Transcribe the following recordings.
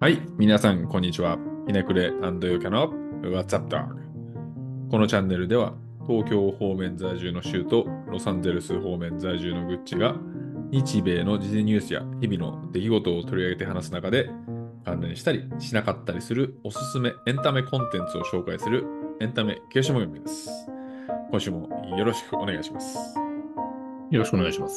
はい、皆さん、こんにちは。ひねくれヨキャの What's Up Dog。このチャンネルでは、東京方面在住のシュウとロサンゼルス方面在住のグッチが、日米の時事ニュースや日々の出来事を取り上げて話す中で、関連したりしなかったりするおすすめエンタメコンテンツを紹介するエンタメ消し番組です。今週もよろしくお願いします。 よろしくお願いします。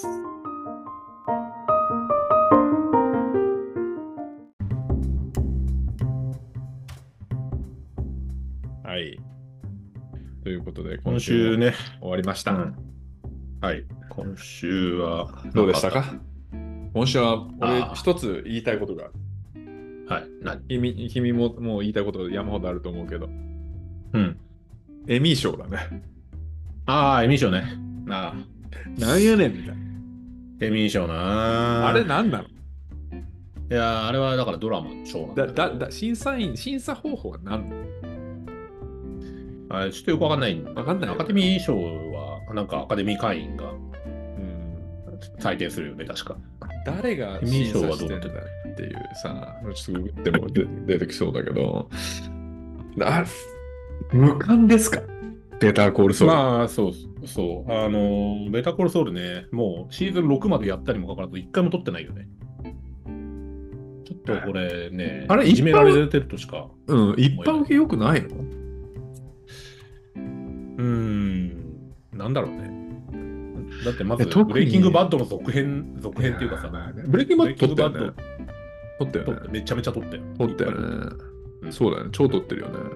はい。ということで、 今週ね、 終わりました。 はい。今週はどうでしたか？今週は俺一つ言いたいことがある。 はい。 君ももう言いたいことが山ほどあると思うけど。エミー賞だね。 エミー賞ね。 なんやねんみたいな。 エミー賞な。 あれなんなの？ いや、あれはだからドラマの賞なんだけど。 審査方法は何なの？ ちょっとよくわかんない。 わかんない。 アカデミー賞は、なんかアカデミー会員が採点するよね、確か。 誰が審査してんだっていうさ、ちょっとググっても出てきそうだけど、無冠ですか？ベターコールソウル。 まあ、そう。ベターコールソウルね、もうシーズン6までやったにもかかわらず、1回も撮ってないよね。ちょっとこれね、 あれいじめられてるとしか。 一般受け良くないの？ なんだろうね。だってまず、ブレイキングバッドの続編っていうかさ、 ブレイキングバッド撮ったよね。 めちゃめちゃ撮ったよ。 撮ったよね。そうだよね。超撮ってるよね。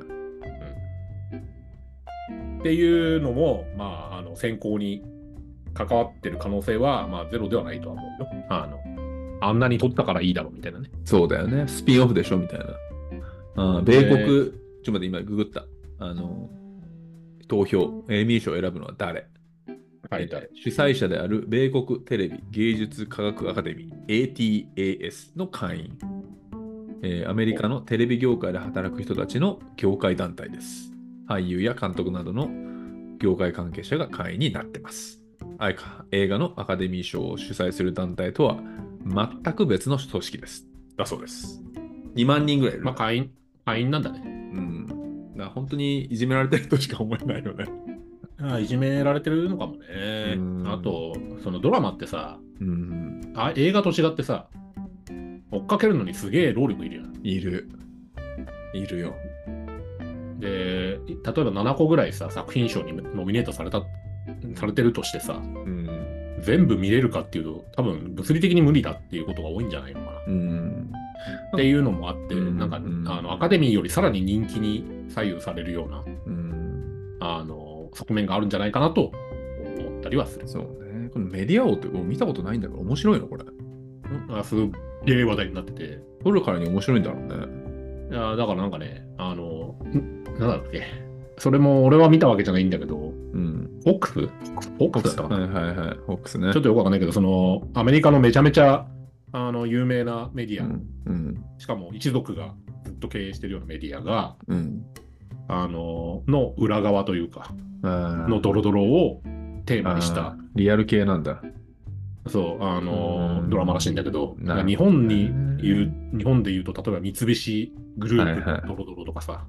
っていうのも、選考に関わってる可能性は、ゼロではないとは思うよ。あんなに撮ったからいいだろうみたいなね。 そうだよね。スピンオフでしょみたいな。米国、ちょっと待って、今ググった。投票、エミー賞を選ぶのは誰？主催者である米国テレビ芸術科学アカデミー ATAS の会員、アメリカのテレビ業界で働く人たちの業界団体です。俳優や監督などの業界関係者が会員になっています。映画のアカデミー賞を主催する団体とは全く別の組織です。だそうです。2万人ぐらいいる。 会員なんだね。 本当にいじめられてるとしか思えないよね。 いじめられてるのかもね。あと、そのドラマってさ、映画と違ってさ、追っかけるのにすげえ労力いるよ。 いるよ。 で、例えば7個ぐらいさ、作品賞にノミネートされてるとしてさ、全部見れるかっていうと、多分物理的に無理だっていうことが多いんじゃないのかな。っていうのもあって、なんか、アカデミーよりさらに人気に左右されるような、側面があるんじゃないかなと思ったりはする。 そうね。このメディア王って見たことないんだから面白いのこれ。 すっげえ話題になってて。 撮るからに面白いんだろうね。 いや、だからなんかね、なんだっけ。それも俺は見たわけじゃないんだけど、フォックスだったかな。 はい。フォックスね。 ちょっとよくわかんないけど、その、アメリカのめちゃめちゃ、有名なメディア、しかも一族がずっと経営してるようなメディアが、の裏側というか、のドロドロをテーマにした。 リアル系なんだ。 そう、ドラマらしいんだけど、日本で言うと、例えば三菱グループのドロドロとかさ、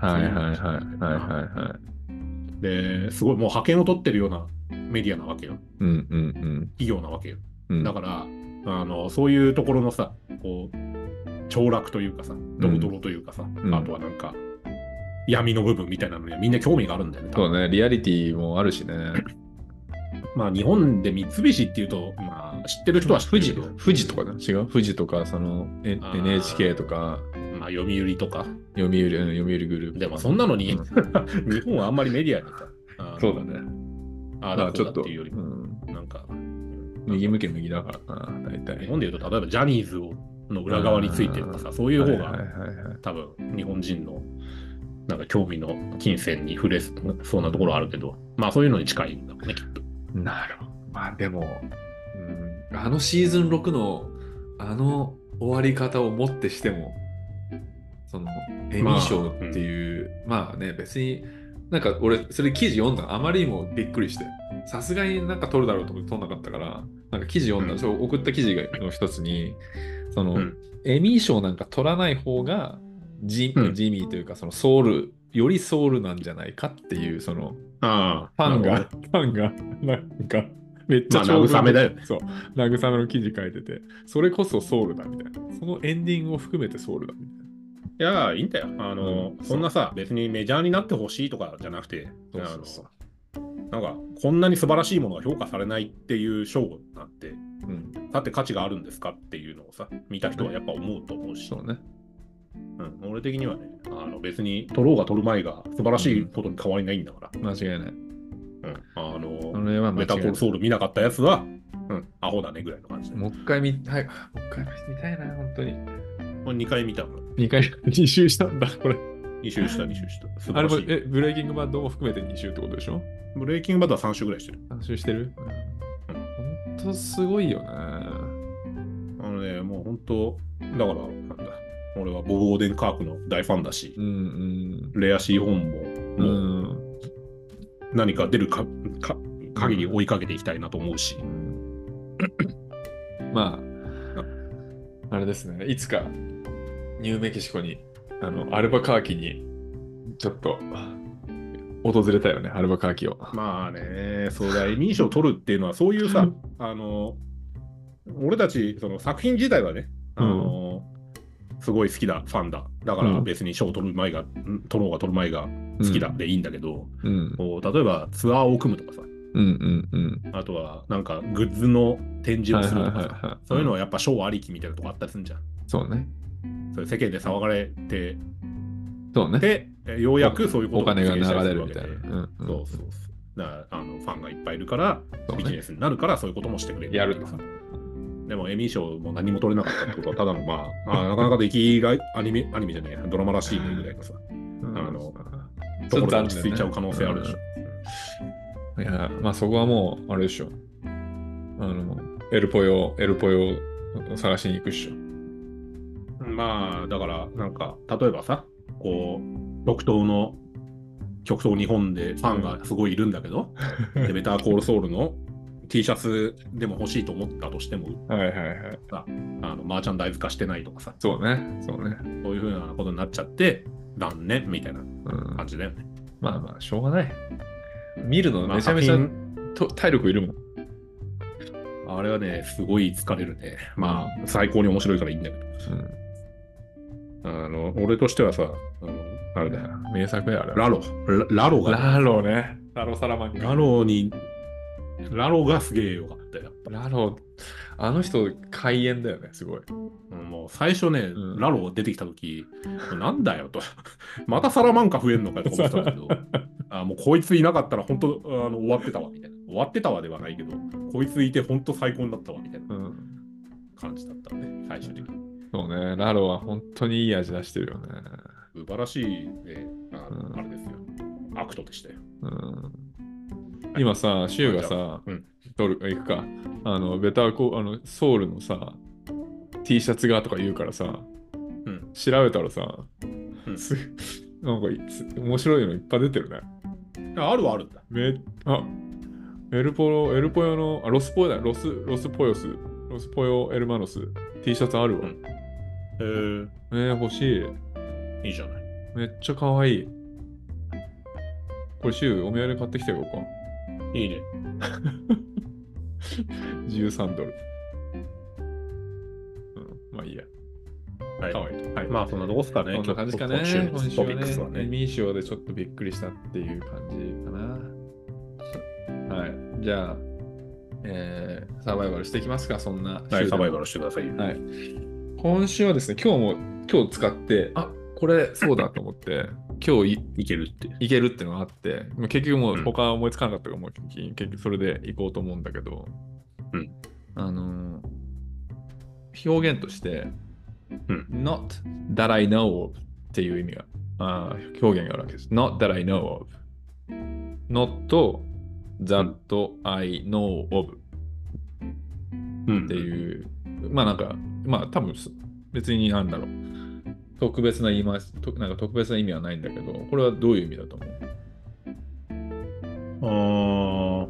で、すごいもう派遣を取ってるようなメディアなわけよ。企業なわけよ。だから、そういうところのさ、こう、凋落というかさ、ドロドロというかさ、あとはなんか、闇の部分みたいなのにはみんな興味があるんだよね。 そうね、リアリティもあるしね。 日本で三菱っていうと、知ってる人は知ってるけど。 富士とかだ。違う？富士とか、NHK とか。 読売とか。 読売グループ。 でもそんなのに、日本はあんまりメディアにさ。 そうだね。 ちょっとっていうよりも、なんか。 右向け右だからな、大体。 日本で言うと、例えばジャニーズの裏側についてとかさ、そういう方が、多分日本人のなんか興味の金銭に触れそうなところあるけど、そういうのに近いんだもんね、きっと。 なるほど。でも、シーズン6の終わり方をもってしても、そのエミー賞っていう、別になんか俺それ記事読んだのあまりにもびっくりして、 さすがになんか取るだろうと思って取んなかったから、なんか記事読んだ、そう送った記事の一つに、その、エミー賞なんか取らない方がジミーというか、そのソウル、よりソウルなんじゃないかっていう、その、ファンが、なんか、めっちゃ慰めだよね。 そう、慰めの記事書いてて、それこそソウルだみたいな。そのエンディングを含めてソウルだみたいな。 いや、いいんだよ。そんなさ、別にメジャーになってほしいとかじゃなくて、なんか、こんなに素晴らしいものが評価されないっていう賞なんて、さて価値があるんですかっていうのをさ、見た人はやっぱ思うと思うし。 そうね。 俺的にはね、別に取ろうが取る前が素晴らしいことに変わりないんだから。 間違いない。 メタコールソウル見なかったやつは、アホだねぐらいの感じで。 もう一回見たいな、本当に。 これ2回見た。 2周したんだ、これ。 2周した。 あれも、ブレイキングバッドも含めて2周ってことでしょ？ ブレイキングバッドは3周ぐらいしてる。 3周してる？本当すごいよね。 もう本当、だから、なんだ。俺はボーデンカークの大ファンだし、レアシーホンも、何か出る限り追いかけていきたいなと思うし。 まあ、あれですね、いつかニューメキシコに、アルバカーキにちょっと訪れたよね、アルバカーキを。 まあね、そうだ、エミー賞を取るっていうのは、そういうさ、俺たち、その作品自体はね、すごい好きだ、ファンだ。だから別に賞を取ろうが取る前が好きだでいいんだけど、例えばツアーを組むとかさ、あとはなんかグッズの展示をするとかさ、そういうのはやっぱ賞ありきみたいなとこあったりするんじゃん。 そうね。 それ世間で騒がれて、 そうね。 で、ようやくそういうことお金が流れるみたいな。 そう。だからファンがいっぱいいるから、ビジネスになるから、そういうこともしてくれる。 やるとか。 でもエミー賞も何も取れなかったってことは、ただのなかなかできがアニメじゃねえ、ドラマらしいねぐらいのさ、ところで落ち着いちゃう可能性あるでしょ。 いや、まあそこはもう、あれでしょ。エルポヨを探しに行くっしょ。 まあ、だから、なんか、例えばさ、こう、極東日本でファンがすごいいるんだけど、でベターコールソウルのT シャツでも欲しいと思ったとしても、マーチャンダイズ化してないとかさ、 そうね。そういうふうなことになっちゃって、断念みたいな感じだよね。 まあ、しょうがない。見るのめちゃめちゃ体力いるもん。 あれはね、すごい疲れるね。まあ、最高に面白いからいいんだけど。俺としてはさ、あれだよ。 名作やあれ。 ラロが。 ラロね。ラロサラマンガ。 ラロがすげえよかったよ。 ラロ、あの人、怪演だよね、すごい。 もう最初ね、ラロ出てきたとき、なんだよと。またサラマンカ増えんのかと思ってたんだけど、もうこいついなかったら本当終わってたわ、みたいな。終わってたわではないけど、こいついて本当最高になったわ、みたいな感じだったね、最終的に。 そうね、ラロは本当にいい味出してるよね。 素晴らしいね、あれですよ。アクトでしたよ。 今さ、シュウがさ、行くか、ベターコソウルのさ、T シャツがとか言うからさ、調べたらさ、なんか面白いのいっぱい出てるね。 あるはあるんだ。 エルポヨの、ロスポヨだ、ロスポヨエルマノス T シャツあるわ。欲しい。 いいじゃない。 めっちゃかわいい。これシュウお土産で買ってきてよか。 いいね。 13ドル。まあいいや。 はい。まあそんなとこっすかね。 こんな感じかね。 今週のトピックスはね。 エミー賞でちょっとびっくりしたっていう感じかな。はい。じゃあ、サバイバルしていきますか、そんな。 はい、サバイバルしてくださいよ。 はい。今週はですね、今日使って、これそうだと思って、今日いけるってのがあって、結局もう他思いつかなかったから、結局それでいこうと思うんだけど、表現として、not that I know of っていう意味が、表現があるわけです。not that I know of not that I know of っていう、なんか、多分別になんだろう。特別ななんか特別な意味はないんだけど、これはどういう意味だと思う？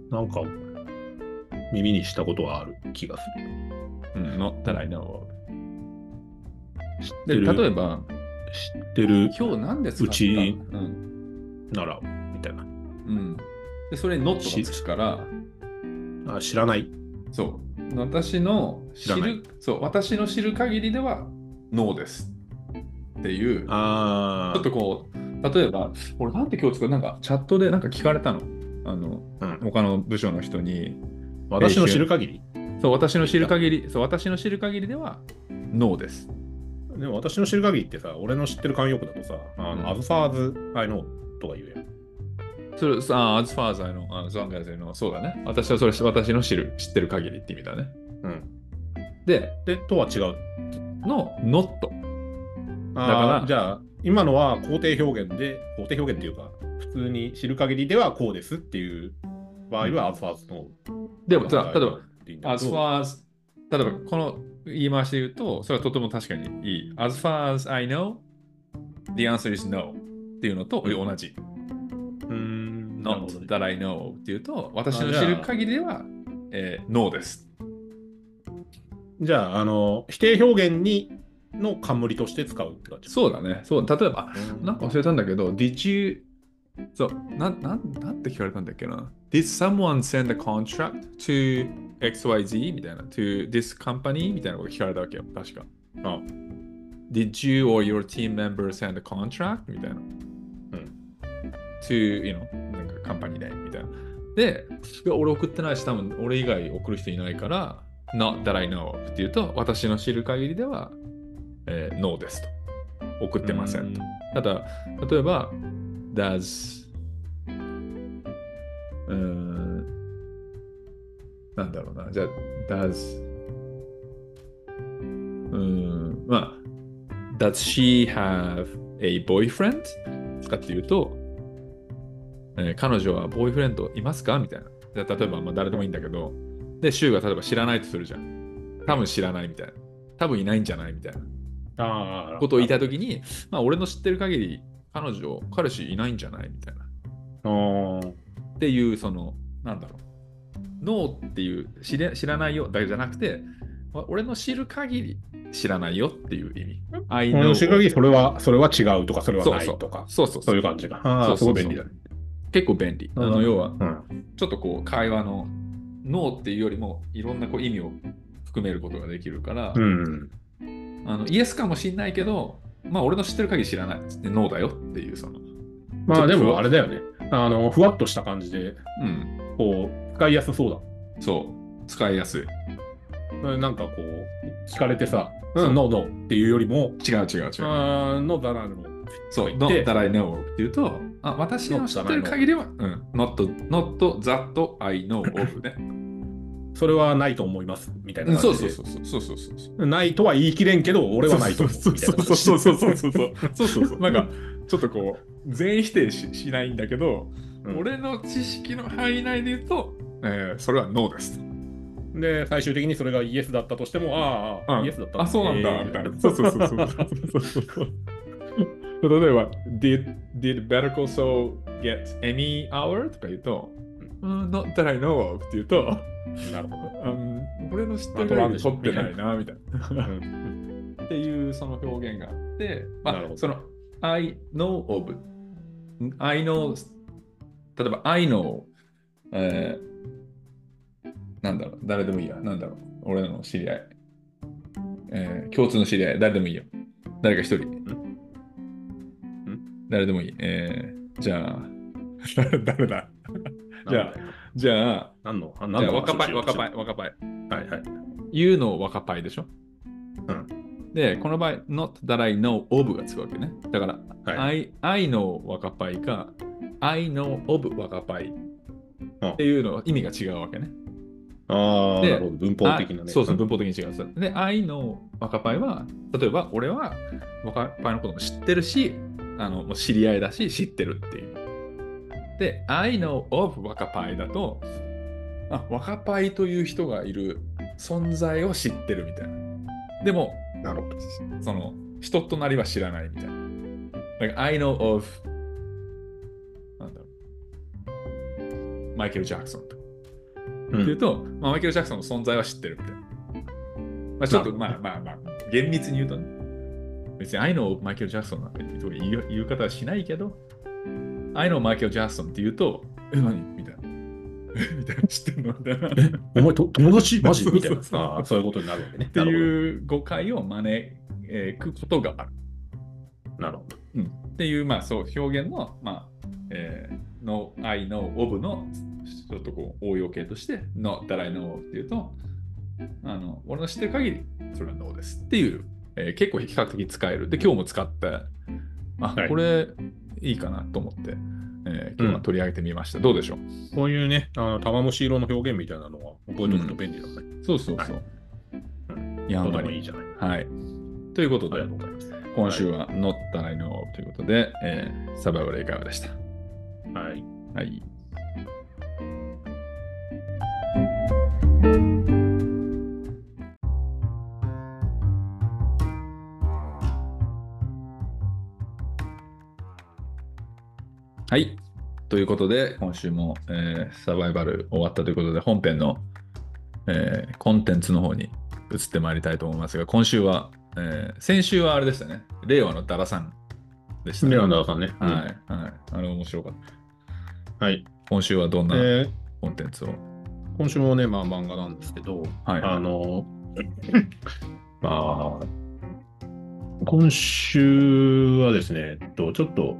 なんか耳にしたことはある気がする。 not that I know of。 知ってる。 例えば、 知ってる。 今日何ですかうちなら、みたいな。 で、それに not がつくから、 知らない。 そう。私の知る限りでは no ですっていう。ちょっとこう、例えば、俺なんて今日使う、なんかチャットでなんか聞かれたの。他の部署の人に。 私の知る限り？ そう、私の知る限りでは no です。 でも私の知る限りってさ、俺の知ってる慣用句だとさ、as far as I know とか言うやん。 それas far as I know, as long as I know そうだね。私の知ってる限りって意味だね。で、 とは違う。 の not。 だから、じゃあ、今のは肯定表現っていうか、普通に知る限りではこうですっていう場合は as far as know。 でも、例えば、as far as、例えばこの言い回しで言うと、それはとても確かにいい。as far as I know, the answer is no っていうのと同じ。not that I know っていうと、私の知る限りでは、no です。 じゃあ、否定表現の冠として使うって感じ。 そうだね。そう、例えば、なんか忘れたんだけど、did you、そう、なんて聞かれたんだっけな。Did someone send a contract to XYZ みたいな、to this company みたいなこと聞かれたわけよ、確か。Did you or your team member send a contract みたいな。to, なんかカンパニーで、みたいな。で、俺送ってないし、多分俺以外送る人いないから、not that I know of って言うと、私の知る限りでは、no ですと。送ってませんと。ただ、例えば、does なんだろうな。じゃあ、does まあ、does she have a boyfriend? 使って言うと、彼女はボーイフレンドいますかみたいな。じゃあ例えば、誰でもいいんだけど、で、シュウが例えば知らないとするじゃん。多分知らないみたいな。多分いないんじゃないみたいな。ことを言いたいときに、俺の知ってる限り、彼氏いないんじゃないみたいな。っていう、なんだろう。ノーっていう知らないよだけじゃなくて、俺の知る限り知らないよっていう意味。 俺の知る限りそれは違うとか、それはないとか。そういう感じが。すごい便利だね。 結構便利。要は、ちょっとこう、会話のノーっていうよりも、いろんなこう意味を含めることができるから、イエスかもしんないけど、俺の知ってる限り知らない。ノーだよっていう、 でもあれだよね。ふわっとした感じで、こう、使いやすそうだ。 そう、使いやすい。 なんかこう、聞かれてさ、ノーっていうよりも、 違う。 ノーだなの。 そう、not that I know っていうと、私の知ってる限りは、not that I know of ね。 それはないと思いますみたいな感じで。 そう。 ないとは言い切れんけど、俺はないと思うみたいな。 そう。なんか、ちょっとこう、全否定しないんだけど、俺の知識の範囲内で言うと、それは no です。 で、最終的にそれがイエスだったとしても、イエスだった。 そうなんだ、みたいな。そう。例えば、did Better Call Saul get any hour? とか言うと、not that I know of って言うと、 なるほど。 俺の知ってる限り取ってないな、みたいな。っていうその表現があって、その I know of, I know、例えば I know、なんだろう、誰でもいいや、なんだろう、俺の知り合い、共通の知り合い、誰でもいいよ。誰か一人。誰でもいい。じゃあ、誰だじゃあ、若パイ。はい。言うの若パイでしょ。で、この場合、not that I know of がつくわけね。だから、I know 若パイか、I know of 若パイっていうのは意味が違うわけね。 なるほど。文法的なね。 そう、文法的に違う。で、I know 若パイは、例えば俺は若パイのことも知ってるし、もう知り合いだし知ってるっていう。で、I know of 若パイだと、若パイという人がいる存在を知ってるみたいな。でも、 なるほど。 その人となりは知らないみたいな。Like, I know of なんだろう、マイケル・ジャクソンとか。 いうと、マイケル・ジャクソンの存在は知ってるみたいな。ちょっと厳密に言うとね、別に I know マイケル・ジャクソンなんて言う方はしないけど、I know マイケル・ジャクソンって言うと、何みたいな。みたいな、知ってんのみたいな。 お前友達マジみたいな。そういうことになるわけね。 っていう誤解を招くことがある。 なるほど。 っていう、そう、表現の、no, I know of の、ちょっと応用形として、not that I know of っていうと、俺の知ってる限り、それは no ですっていう、結構比較的使える。で、今日も使って、これいいかなと思って、今日は取り上げてみました。どうでしょう？ こういうね、玉虫色の表現みたいなのは覚えておくと便利だね。 そうそうそう。 やんわりいいじゃない。 はい。ということで、今週は Not That I Know Of ということで、サバイバル英会話でした。 はい。 はい。はい。ということで、今週も、サバイバル終わったということで、本編の、コンテンツの方に移ってまいりたいと思いますが、今週は、先週はあれでしたね。令和のダラさんでしたね。 令和のダラさんね。 はい。はい。あれ面白かった。 はい。 今週はどんなコンテンツを、 今週もね、漫画なんですけど、はい。今週はですね、ちょっと、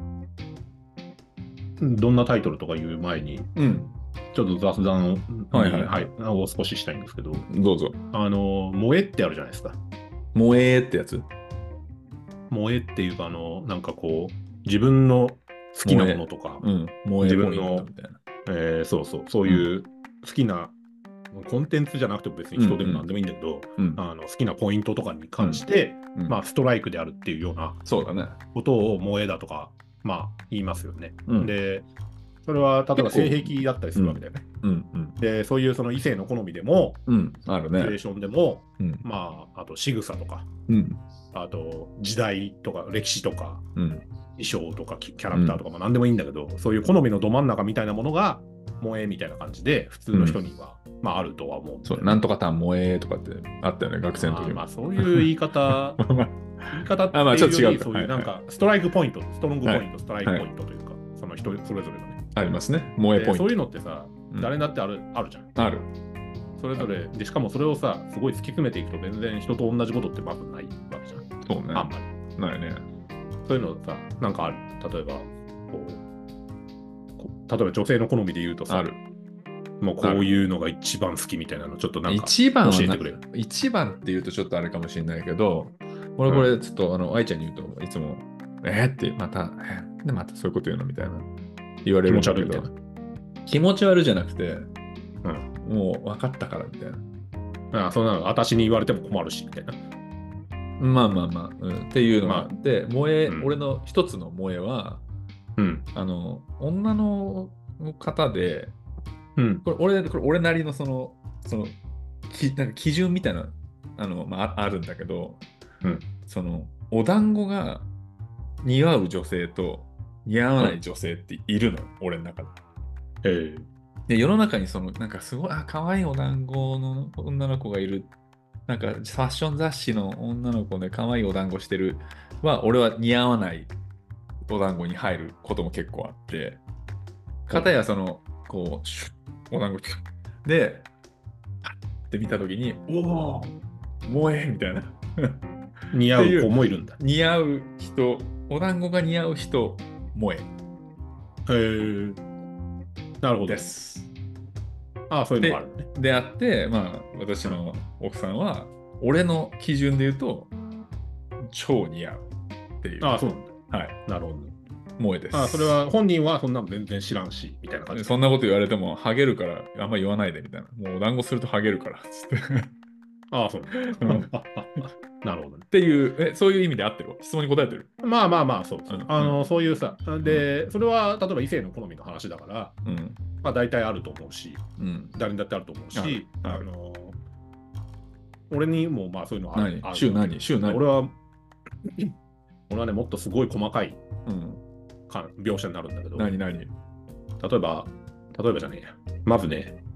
どんなタイトルとか言う前に、ちょっと雑談を少ししたいんですけど、 どうぞ。 萌えってあるじゃないですか。 萌えってやつ？ 萌えっていうか、なんかこう、自分の好きなものとか、自分の、そういう好きな、コンテンツじゃなくても別に人でも何でもいいんだけど、好きなポイントとかに関して、ストライクであるっていうようなことを萌えだとか、言いますよね。で、それは例えば性癖だったりするわけだよね。で、そういうその異性の好みでも、 あるね。 シチュエーションでも、あと仕草とか、あと時代とか歴史とか、衣装とかキャラクターとか何でもいいんだけど、そういう好みのど真ん中みたいなものが萌えみたいな感じで普通の人には、あるとは思う。 そう、なんとかたん萌えとかってあったよね、学生の時も。そういう言い方っていうより、そういうなんかストライクポイント、ストロングポイント、ストライクポイントというか、その人それぞれのね。 ありますね、萌えポイント。 そういうのってさ、誰だってあるじゃん。 ある。 それぞれで、しかもそれをさ、すごい突き詰めていくと全然人と同じことってまずないわけじゃん。 そうね。 あんまり。 ないね。 そういうのさ、なんかある。例えば女性の好みで言うとさ、 ある。 もうこういうのが一番好きみたいなのちょっとなんか教えてくれる。 一番って言うとちょっとあれかもしれないけど、俺これちょっと愛ちゃんに言うといつもってまたそういうこと言うのみたいな言われるんだけど、気持ち悪いじゃなくて、もう分かったからみたいな。そんなの私に言われても困るしみたいな。 っていうのがあって、俺の一つの萌えは、女の方で、これ俺なりのなんか基準みたいなあるんだけど、お団子が似合う女性と似合わない女性っているの、俺の中で。で世の中になんかすごい可愛いお団子の女の子がいる、なんかファッション雑誌の女の子で可愛いお団子してるは俺は似合わないお団子に入ることも結構あって、片やこうお団子でパッて見たときにおお萌えみたいな似合う子もいるんだ。 似合う人、お団子が似合う人萌え。なるほどです。 そういうのがあるね。 であって、私の奥さんは俺の基準で言うと超似合うっていう。 そうなんだ。はい。なるほど。 萌えです。 それは本人はそんなの全然知らんしみたいな感じ。 そんなこと言われてもハゲるからあんま言わないでみたいな。もうお団子するとハゲるからっつって。 そう。なるほどね。 っていうそういう意味で合ってる。質問に答えてる。 そう。そういうさ、でそれは例えば異性の好みの話だから、大体あると思うし、誰にだってあると思うし、俺にもそういうのある。 週何？ 俺はね、もっとすごい細かい描写になるんだけど、 例えばじゃねえや。まずね、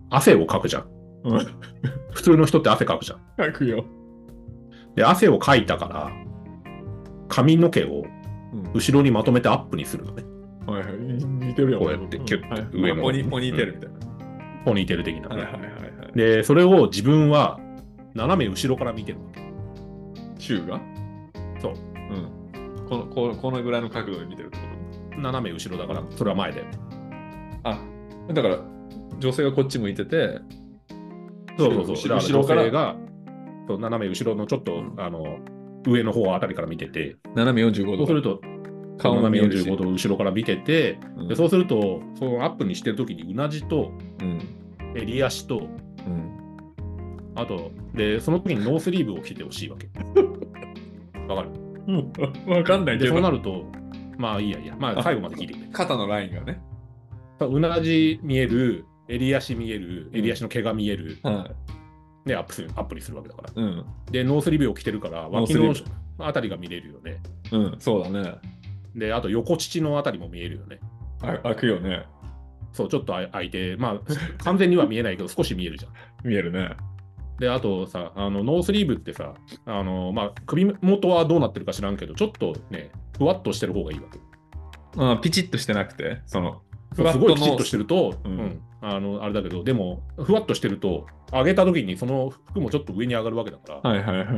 汗をかくじゃん。 うん。 普通の人って汗かくじゃん。 書くよ。 で、汗をかいたから、髪の毛を後ろにまとめてアップにするのね。 はいはい。似てるよ。 こうやってキュッて上の。 ポニーテールみたいな。 ポニーテール的な。 はいはいはいはい。 で、それを自分は斜め後ろから見てるわけ。 シューがそう。 うん。このぐらいの角度で見てるってこと？ 斜め後ろだから、それは前だよね。 あ、だから、女性がこっち向いてて、 そう。 後ろからが、そう斜め後ろのちょっと、上の方あたりから見てて、 斜め45度。 そうすると、顔斜め45度後ろから見てて、でそうすると、そのアップにしてるときにうなじと、襟足と、あと、で、その時にノースリーブを着てほしいわけ。わかる？ わかんないけど。 そうなると、まあいいや。まあ最後まで聞いてくれ。 肩のラインがね。 うなじ見える、襟足見える、襟足の毛が見える。で、アップにするわけだから。で、ノースリーブを着てるから、脇のあたりが見れるよね。 そうだね。 で、あと横乳のあたりも見えるよね。 開くよね。 そう、ちょっと開いて、まあ、完全には見えないけど、少し見えるじゃん。 見えるね。 で、あとさ、ノースリーブってさ、まあ、首元はどうなってるか知らんけど、ちょっとね、ふわっとしてる方がいいわけ。 ピチッとしてなくて、 すごいピチッとしてると、あれだけど、でも、ふわっとしてると、上げた時にその服もちょっと上に上がるわけだから、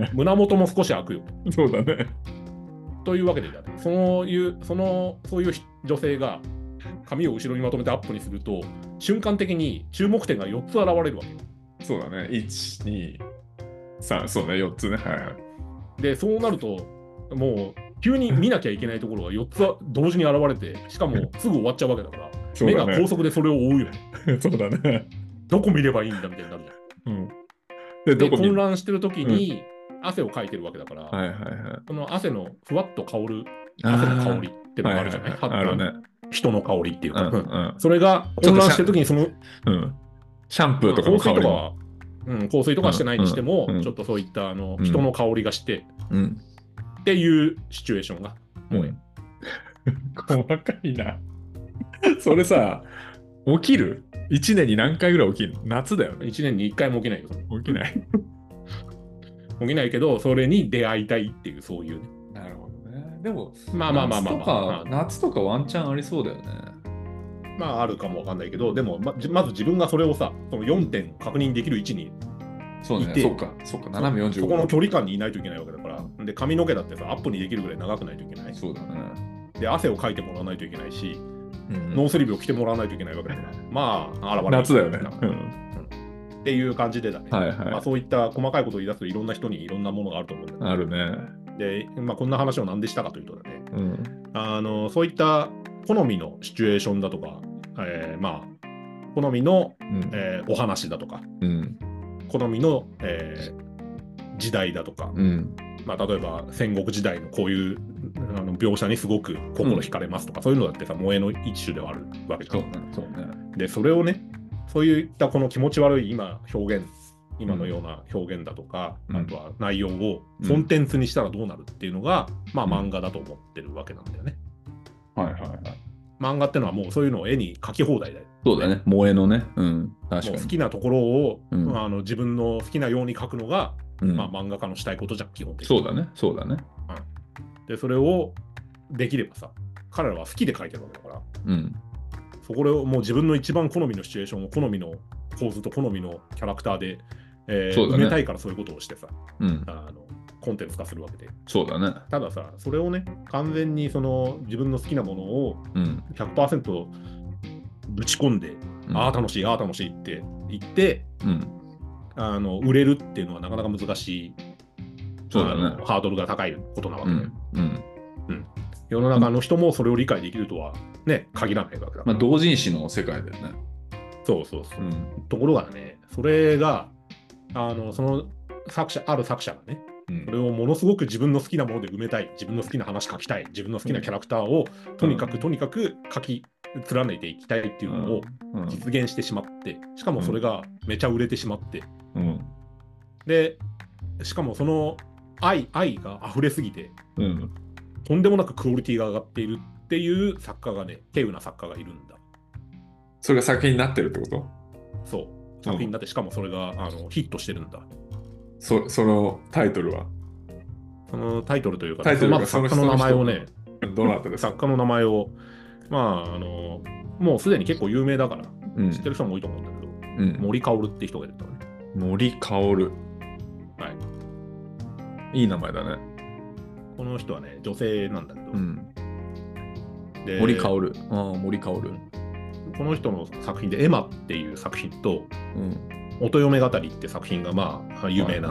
胸元も少し開くよ。 そうだね。 というわけで、そういう女性が髪を後ろにまとめてアップにすると、瞬間的に注目点が4つ現れるわけ。 そうだね。1、2、3、そうね、4つね。 で、そうなると、もう、急に見なきゃいけないところが4つは同時に現れて、しかもすぐ終わっちゃうわけだから、目が高速でそれを追うよ。 そうだね。 どこ見ればいいんだみたいになるじゃん。で、混乱してるときに汗をかいてるわけだから、その汗のふわっと香る汗の香りっていうのがあるじゃない。 あるね。 人の香りっていうか、それが混乱してるときにその、 シャンプーとかの香りは香水とかしてないにしても、ちょっとそういった人の香りがして、っていうシチュエーションが細かいな。それさ、起きる ?1 年に何回ぐらい起きるの？夏だよね。 1年に1回も起きないよ。 起きない。 起きないけど、それに出会いたいっていう、そういうね。 なるほどね。でも、夏とかワンチャンありそうだよね。 まあ、あるかもわかんないけど、でも、まず自分がそれをさ、その4点確認できる位置にいて、 そうね、そうか、斜め45度。 そこの距離感にいないといけないわけだから、で、髪の毛だってさ、アップにできるぐらい長くないといけない。 そうだね。 で、汗をかいてもらわないといけないし、ノースリーブを着てもらわないといけないわけだから、まあ、 夏だよね。 っていう感じでだね。まあ、そういった細かいことを言い出すといろんな人にいろんなものがあると思うんだけど。 あるね。 で、まあ、こんな話をなんでしたかというとだね、そういった好みのシチュエーションだとか、まあ、好みの、お話だとか、好みの、時代だとか、まあ、例えば戦国時代のこういう描写にすごく心惹かれますとか、そういうのだってさ、萌えの一種ではあるわけじゃん。 そうね。 で、それをね、そういったこの気持ち悪い今のような表現だとか、あとは内容をコンテンツにしたらどうなるっていうのが、まあ漫画だと思ってるわけなんだよね。漫画ってのはもうそういうのを絵に描き放題だよ。 そうだね。萌えのね。 確かに。好きなところを、自分の好きなように描くのが、まあ漫画家のしたいことじゃん、基本的に。 そうだね。 で、それをできればさ、彼らは好きで描いてるわけだから、そこをもう自分の一番好みのシチュエーションを好みの構図と好みのキャラクターで、埋めたいからそういうことをしてさ、コンテンツ化するわけで。 そうだね。 たださ、それをね、完全にその自分の好きなものを 100% ぶち込んで、ああ楽しいって言って、売れるっていうのはなかなか難しい、ハードルが高いことなわけで。世の中の人もそれを理解できるとはね、限らないわけだから。 まあ、同人誌の世界だよね。 そう。ところがね、それが、そのある作者がね、それをものすごく自分の好きなもので埋めたい、自分の好きな話書きたい、自分の好きなキャラクターをとにかく書き貫いていきたいっていうのを実現してしまって、しかもそれがめちゃ売れてしまって、で、しかもその愛が溢れすぎて、とんでもなくクオリティが上がっているっていう作家がね、稀有な作家がいるんだ。 それが作品になってるってこと？ そう。 作品だって、しかもそれがヒットしてるんだ。 そのタイトルはそのタイトルというか、 タイトルまず作家の名前をね、 どなたですか？ 作家の名前を、まあ、もうすでに結構有名だから、知ってる人も多いと思うんだけど、森薫って人がいるんだね。 森薫。 はい。 いい名前だね。 この人はね、女性なんだけど。 で森薫。森薫。 この人の作品で、エマっていう作品と、音嫁語りって作品が、まあ、有名な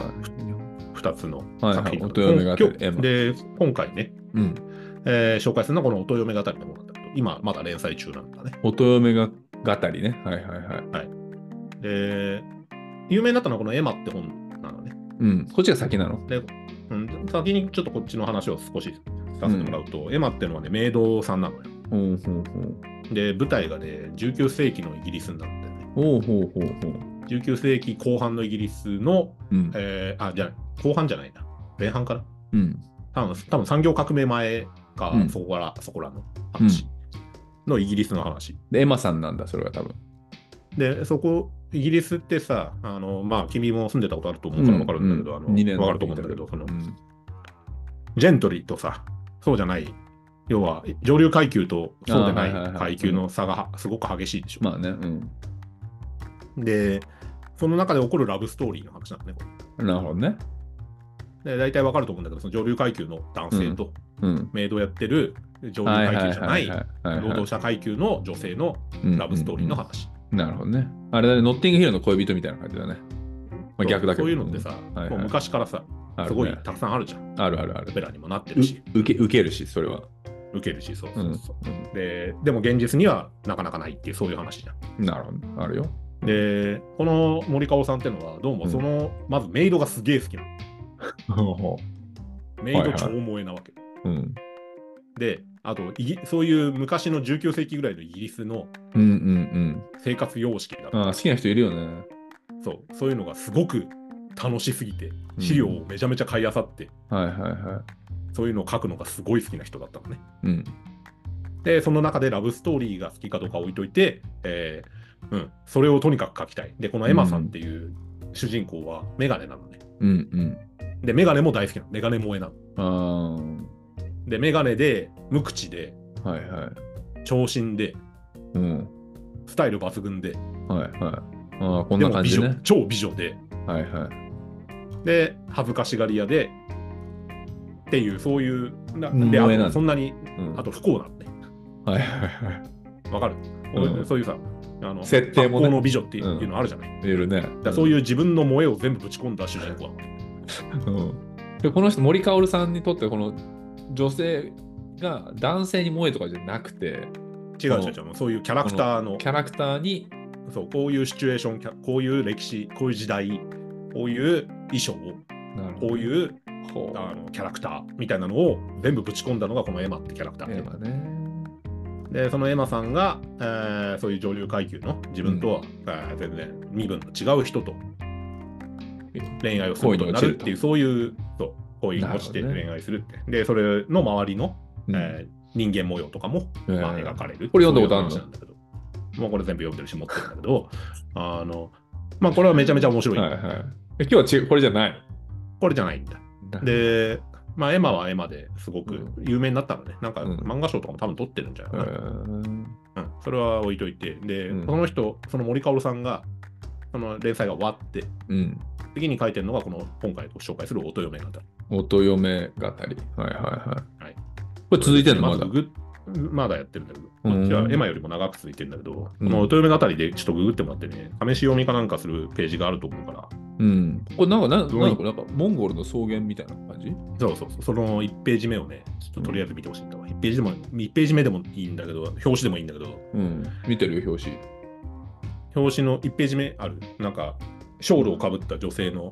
2つの作品。 音嫁語り。 で、今回ね、紹介するのはこの音嫁語りのものなんだけど、今まだ連載中なんだね。 音嫁語りね。はい。 で、有名になったのはこのエマって本なのね。 こっちが先なの？ で、先にちょっとこっちの話を少しさせてもらうと、エマっていうのはね、メイドさんなのよ。で、舞台がね、19世紀のイギリスになってね。19世紀後半のイギリスの、じゃあ、後半じゃないな。前半かな。多分産業革命前か、そこらの話のイギリスの話。 で、エマさんなんだ、それは多分。 で、イギリスってさ、まあ、君も住んでたことあると思うから分かるんだけど、分かると思うんだけど、ジェントリーとさ、そうじゃない、要は上流階級とそうでない階級の差がすごく激しいでしょ。 まあね。 で、その中で起こるラブストーリーの話なんだね、これ。なるほどね。 で、大体分かると思うんだけど、その上流階級の男性と、メイドをやってる上流階級じゃない労働者階級の女性のラブストーリーの話。 なるほどね。あれだね、ノッティングヒルの恋人みたいな感じだね。まあ、逆だけど。 そういうのってさ、もう昔からさ、すごいたくさんあるじゃん。 ある。 オペラにもなってるし。 受けるし、それは。 受けるし、そう。でも現実にはなかなかないっていう、そういう話じゃん。 なるほど。あるよ。 で、この森薫さんってのは、どうもまずメイドがすげえ好きなの。メイド超萌えなわけ。で、あとそういう昔の19世紀ぐらいのイギリスの生活様式だった。 好きな人いるよね。 そういうのがすごく楽しすぎて、資料をめちゃめちゃ買い漁って、そういうのを書くのがすごい好きな人だったのね。で、その中でラブストーリーが好きかどうか置いといて、それをとにかく書きたい。で、このエマさんっていう主人公はメガネなのね。で、メガネも大好きなの。メガネ萌えなの。で、メガネで、無口で、長身で、スタイル抜群で、 こんな感じね。 超美女で、で、恥ずかしがり屋で、っていう、そういう、で、あとそんなに、あと不幸なんで。わかる？そういうさ、 設定もね。 格好の美女っていうのあるじゃない。 いるね。 そういう自分の萌えを全部ぶち込んだ主人公なの。で、この人、森薫さんにとって、この女性が男性に萌えとかじゃなくて、 違う、そういうキャラクターに、そう、こういうシチュエーション、こういう歴史、こういう時代、こういう衣装、こういうキャラクターみたいなのを全部ぶち込んだのがこのエマってキャラクター。 エマね。 で、そのエマさんが、そういう上流階級の自分とは、全然身分の違う人と恋愛をすることになるっていう、そういう恋に落ちて恋愛するって。で、それの周りの、人間模様とかも、描かれる。 これ読んだことあるんだけど、もうこれ全部読んでるし持ってるんだけど、まあこれはめちゃめちゃ面白い。 今日はこれじゃない。 これじゃないんだ。で、まあエマはエマですごく有名になったのね。なんか漫画賞とかも多分取ってるんじゃないかな。それは置いといて。で、その森薫さんが、その連載が終わって、次に書いてるのがこの今回ご紹介する音嫁語り。 音嫁語り。これ続いてるの？ まだやってるんだけど、こっちはエマよりも長く続いてるんだけど、この音嫁語りでちょっとググってもらってね、試し読みかなんかするページがあると思うから。 これなんかモンゴルの草原みたいな感じ？ そう。その1ページ目をね、ちょっととりあえず見てほしいんだわ。1ページ目でもいいんだけど、表紙でもいいんだけど。 見てるよ、表紙。 表紙の1ページ目ある。なんか、ショールをかぶった女性の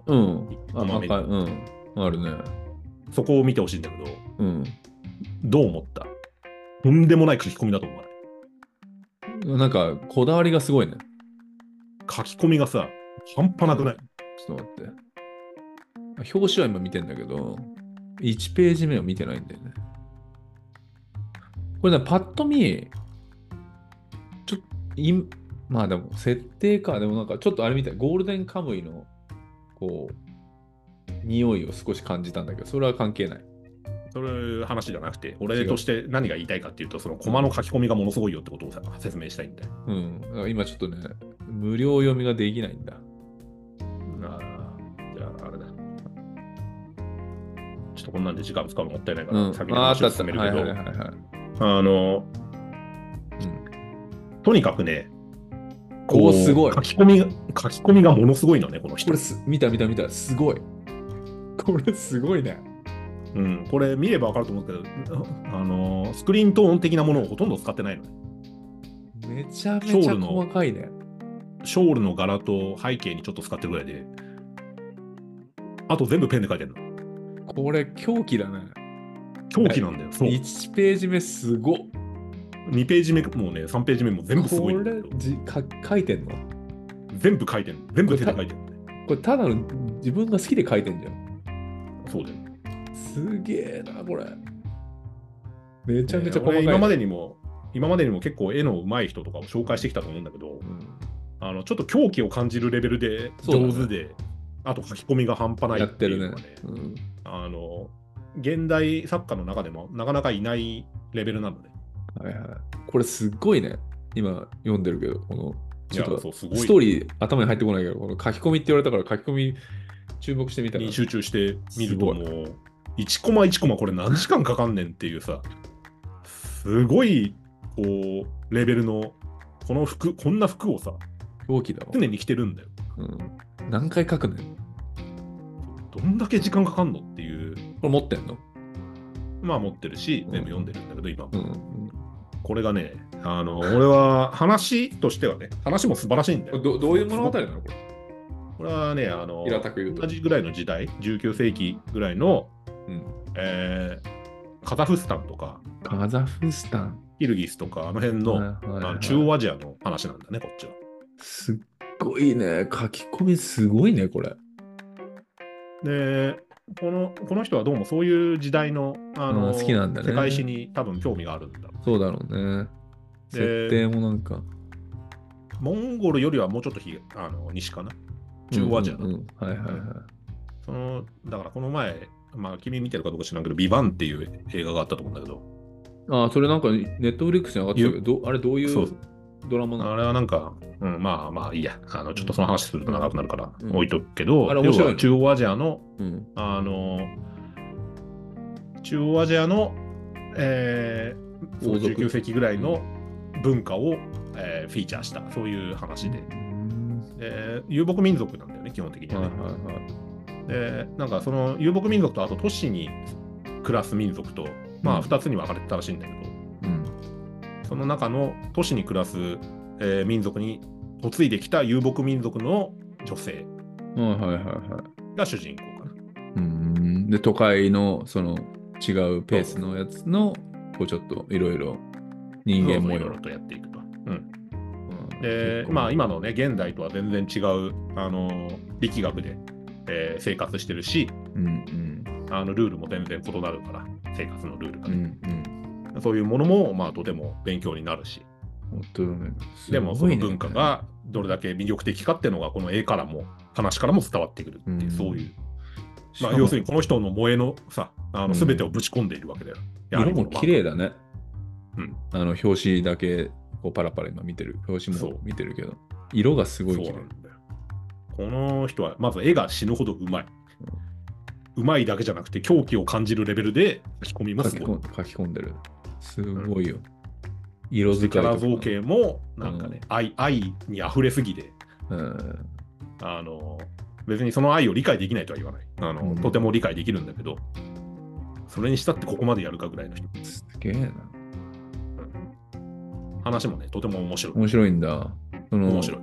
あるね。 そこを見てほしいんだけど、どう思った？とんでもない書き込みだと思わない？なんか、こだわりがすごいね。 書き込みがさ、半端なくない？ ちょっと待って。表紙は今見てんだけど、1ページ目を見てないんだよね。これね、パッと見、 まあでも、設定か。でもなんかちょっとあれみたい。ゴールデンカムイの、こう、匂いを少し感じたんだけど、それは関係ない。 そういう話じゃなくて、俺として何が言いたいかっていうと、そのコマの書き込みがものすごいよってことを説明したいんだよ。 うん。だから今ちょっとね、無料読みができないんだ。 ああ、じゃああれだ。ちょっとこんなんで時間使うのもったいないから、先に話を進めるけど、とにかくね、 こうすごい書き込みがものすごいのね、この人。 これ見た、すごい。これすごいね。 うん、これ見れば分かると思うけど、スクリーントーン的なものをほとんど使ってないのね。 めちゃめちゃ細かいね。 ショールの柄と背景にちょっと使ってるぐらいで、あと全部ペンで書いてるの。 これ狂気だね。 狂気なんだよ。そう。 1ページ目すごっ。 2ページ目もね、3ページ目も全部すごいんだけど。 これ書いてんの？ 全部書いてんの。全部手で書いてんの。 これただの自分が好きで書いてんじゃん。そうだよ。 すげえな、これ。めちゃめちゃ細かい、 今までにも結構絵の上手い人とかを紹介してきたと思うんだけど、ちょっと狂気を感じるレベルで上手で、あと書き込みが半端ないっていうのがね、現代作家の中でもなかなかいないレベルなので。 はいはい。これすっごいね。今読んでるけど、このちょっとストーリー頭に入ってこないけど、この書き込みって言われたから書き込み注目してみたら。 に集中してみるともう、1コマ1コマこれ何時間かかんねんっていうさ、すごいこうレベルのこんな服をさ、 狂気だわ。 常に着てるんだよ。 何回書くねん。 どんだけ時間かかんのっていう。 これ持ってんの？ まあ持ってるし、全部読んでるんだけど、今も。これがね、俺は話としてはね、話も素晴らしいんだよ。 どういう物語なのこれ？ これはね、 平たく言うと同じぐらいの時代、19世紀ぐらいの、カザフスタンとか、キルギスとか、あの辺の、中央アジアの話なんだね、こっちは。 すっごいね。書き込みすごいね、これ。 で、この人はどうもそういう時代の、 好きなんだね。 世界史に多分興味があるんだろう。 そうだろうね。設定もなんか。 モンゴルよりはもうちょっと西かな。中央アジアだ。 はいはいはい。 だからこの前、まあ君見てるかどうか知らんけど、ビバンっていう映画があったと思うんだけど。 ああ、それなんかネットフリックスに上がってたけど、あれどういうドラマなの？ あれはなんか、まあいいや。ちょっとその話すると長くなるから置いとくけど、 あれ面白い。 中央アジアの、中央アジアの、19世紀ぐらいの文化を、フィーチャーした、そういう話で。遊牧民族なんだよね、基本的にはね。で、なんかその遊牧民族とあと都市に暮らす民族と、まあ2つに分かれてたらしいんだけど、その中の都市に暮らす、民族に嫁いできた遊牧民族の女性が主人公かな。 で、都会のその違うペースのやつの、こうちょっといろいろ人間模様とやっていくと。で、まあ今のね、現代とは全然違う、力学で、生活してるし、ルールも全然異なるから、生活のルールがね。そういうものも、まあ、とても勉強になるし。 本当だね。 でも、その文化がどれだけ魅力的かっていうのが、この絵からも、話からも伝わってくるっていう、そういう。まあ、要するに、この人の萌えのさ、すべてをぶち込んでいるわけだよ。 色も綺麗だね。表紙だけ、こうパラパラ今見てる。表紙も見てるけど、色がすごい綺麗なんだよ。 この人は、まず絵が死ぬほどうまい。うまいだけじゃなくて、狂気を感じるレベルで書き込みもすごい。 書き込んでる。すごいよ。色使いキャラ造形も、なんかね、愛に溢れすぎて、別にその愛を理解できないとは言わない。とても理解できるんだけど、それにしたってここまでやるかぐらいの人。 すげえな。 話もね、とても面白い。 面白いんだ。 面白い。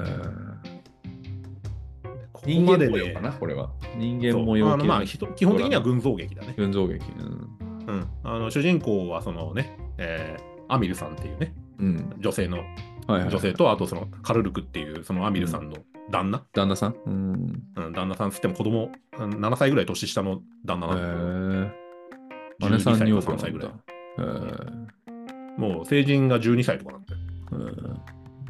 人間模様かな、これは。人間模様系。 まあ、基本的には群像劇だね。 群像劇。 主人公はそのね、アミルさんっていうね、女性と、あとそのカルルクっていうそのアミルさんの旦那さん、 旦那さんつっても子供7歳ぐらい年下の旦那なんだけど、 姉さんに 3歳ぐらい。もう成人が12歳とかなんだよ。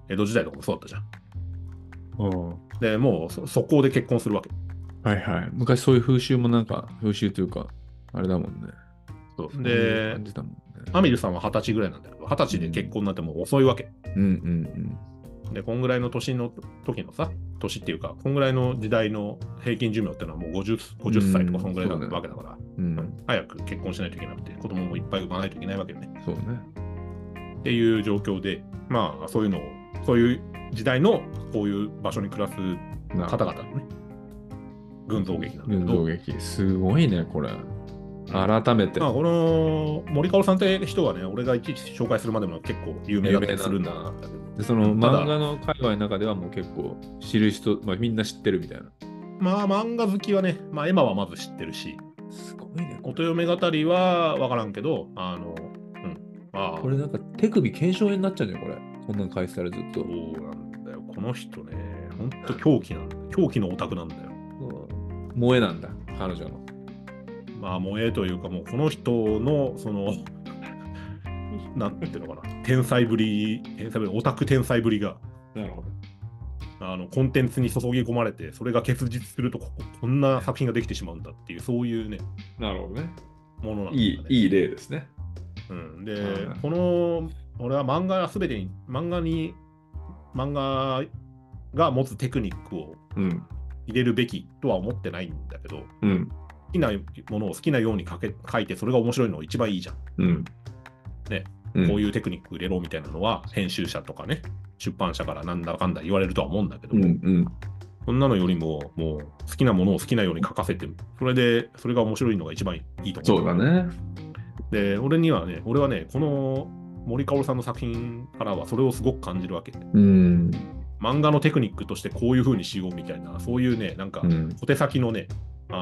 江戸時代とかもそうだったじゃん。 うん。 で、もう速攻で結婚するわけ。 はいはい。昔そういう風習もなんか、風習というか、あれだもんね。 そうそういうで、 感じだもんね。 アミルさんは20歳ぐらいなんだけど、20歳で結婚になっても遅いわけ。 うんうんで、こんぐらいの年の時のさ、年っていうか、こんぐらいの時代の平均寿命っていうのはもう50歳とかそんぐらいなわけだから、 うん。 早く結婚しないといけなくて、子供もいっぱい産まないといけないわけよね。 そうね。 っていう状況で、まあ、そういうのを、そういう時代のこういう場所に暮らす方々のね、群像劇なんだけど。 群像劇。すごいね、これ。改めて。 まあ、この森かおるさんって人はね、俺がいちいち紹介するまでも結構有名だったりするんだな。 でその漫画の界隈の中ではもう結構知る人、まあ、みんな知ってるみたいな。 まあ漫画好きはね、まあエマはまず知ってるし、 すごいね。 音嫁語りは分からんけど、 まあ、これなんか手首腱鞘炎になっちゃうねこれ。こんなん返したらずっと。 そうなんだよ。この人ね、ほんと狂気なんだよ。狂気のオタクなんだよ。 萌えなんだ、彼女の。 まあ萌えというか、もうこの人の、その、なんていうのかな、天才ぶり、オタク天才ぶりが、 なるほど。 コンテンツに注ぎ込まれて、それが結実するとこんな作品ができてしまうんだっていう、そういうね、 なるほどね。 ものなんだ、ね。 いい例ですね。 うん、で、この、俺は漫画すべてに、漫画が持つテクニックを入れるべきとは思ってないんだけど、 うん、 好きなものを好きなように書いて、それが面白いのが一番いいじゃん。 うんね、こういうテクニック入れろみたいなのは、編集者とかね、出版社からなんだかんだ言われるとは思うんだけども、そんなのよりも、もう好きなものを好きなように書かせて、それが面白いのが一番いいと思う。 そうだね。 で、俺はね、この森かおるさんの作品からはそれをすごく感じるわけ。漫画のテクニックとしてこういう風にしようみたいな、そういうね、なんか小手先のね、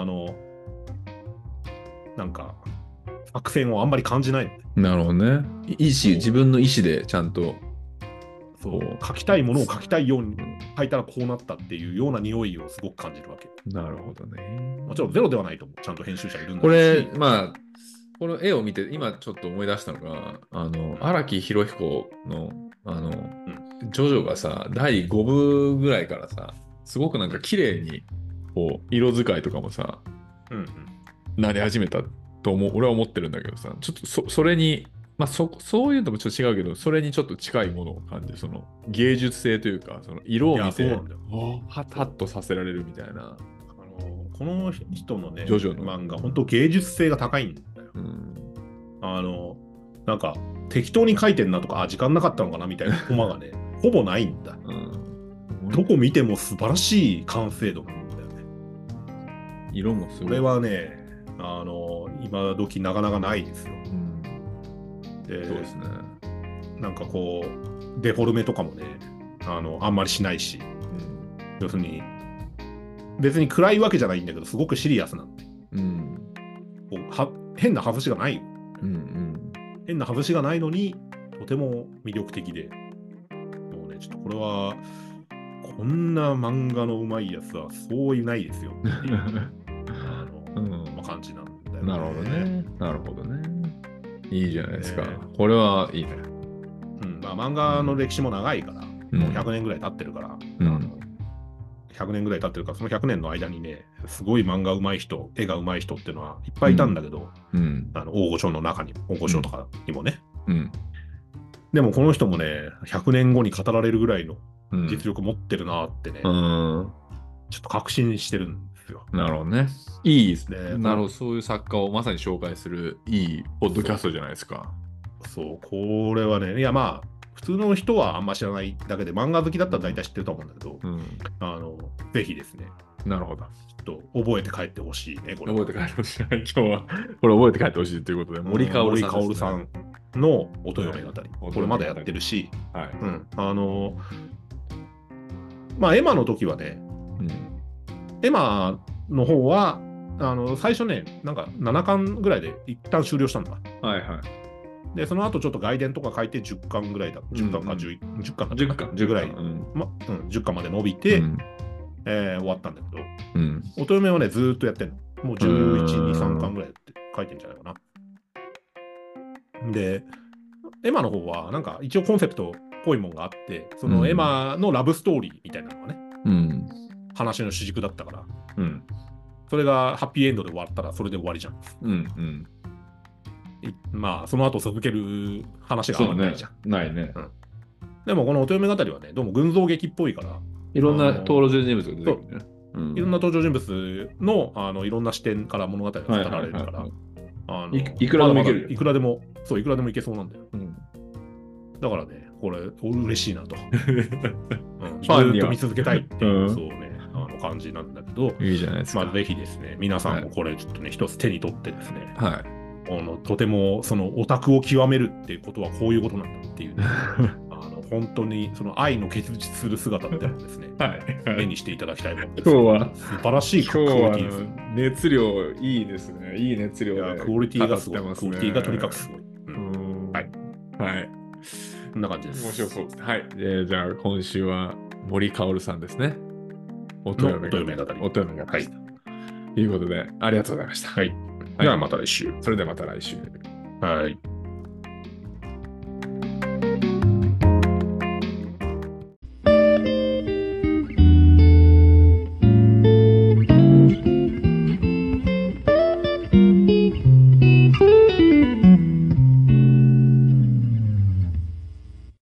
なんか作戦をあんまり感じないのね。 なるほどね。自分の意思でちゃんと。 そう、書きたいものを書きたいように書いたらこうなったっていうような匂いをすごく感じるわけ。 なるほどね。 もちろんゼロではないと思う。ちゃんと編集者いるんだし。 これ、まあ、この絵を見て、今ちょっと思い出したのが、荒木博彦の、ジョジョがさ、第5部ぐらいからさ、すごくなんか綺麗に、こう、色使いとかもさ、なり始めたと俺は思ってるんだけどさ、ちょっとそれに、まあそういうのもちょっと違うけど、それにちょっと近いものを感じる、その芸術性というか、その色を見て、ハッとさせられるみたいな。 この人のね、 ジョジョの漫画、本当芸術性が高いんだよ。なんか、適当に書いてんなとか、時間なかったのかなみたいなコマがね、ほぼないんだ。どこ見ても素晴らしい完成度なんだよね。 色もすごい。 これはね、今時なかなかないですよ。で、そうですね。なんかこう、デフォルメとかもね、あんまりしないし、要するに、別に暗いわけじゃないんだけど、すごくシリアスなんで。変な外しがない。変な外しがないのに、とても魅力的で。もうね、ちょっとこれは、こんな漫画のうまいやつはそういないですよっていう感じなんだよね。 なるほどね。なるほどね。いいじゃないですか。これはいいね。 まあ漫画の歴史も長いから、もう100年ぐらい経ってるから、100年ぐらい経ってるから、その100年の間にね、すごい漫画うまい人、絵がうまい人っていうのはいっぱいいたんだけど、大御所の中にも、大御所とかにもね。でもこの人もね、100年後に語られるぐらいの実力持ってるなってね、ちょっと確信してるんですよ。 なるほどね。いいですね。なるほど、そういう作家をまさに紹介するいいポッドキャストじゃないですか。 そう、これはね、いやまあ、普通の人はあんま知らないだけで、漫画好きだったら大体知ってると思うんだけど、ぜひですね。 なるほど。 ちょっと覚えて帰ってほしいね、これ。 覚えて帰ってほしい。今日は、これ覚えて帰ってほしいということで、森かおるさんの音嫁語り。これまだやってるし、まあ、エマの時はね、エマの方は、最初ね、なんか7巻ぐらいで一旦終了したんだ。 はいはい。 で、その後ちょっと外伝とか書いて10巻ぐらいだ。10巻か10巻か 10 ぐらい、10巻まで伸びて、終わったんだけど、音嫁はね、ずーっとやってんの。もう11、2、3巻ぐらいって書いてんじゃないかな。で、エマの方は、なんか一応コンセプトぽいもんがあって、そのエマのラブストーリーみたいなのがね、話の主軸だったから、それがハッピーエンドで終わったらそれで終わりじゃん。まあ、その後続ける話があんまりないじゃん。 ないね。 でも、この乙女語りはね、どうも群像劇っぽいから、 いろんな登場人物が出てくるね。 いろんな登場人物のいろんな視点から物語が語られるから、いくらでもいける。いくらでもいけそうなんだよ。だからね、これ、嬉しいなと。ずっと見続けたいっていう、そうね、感じなんだけど、 いいじゃないですか。 まあ、ぜひですね、皆さんもこれちょっとね、一つ手に取ってですね、とてもそのオタクを極めるっていうことはこういうことなんだっていう、ね、本当にその愛の結実する姿っていうのをですね、目にしていただきたいものです。 今日は素晴らしいクオリティです。 熱量いいですね。いい熱量で。 クオリティがすごい。クオリティがとにかくすごい。はい。こんな感じです。 面白そうです。はい。じゃあ今週は森かおるさんですね。 乙女語り。 はい。ということで、ありがとうございました。 はい。ではまた来週。 それではまた来週。 はい。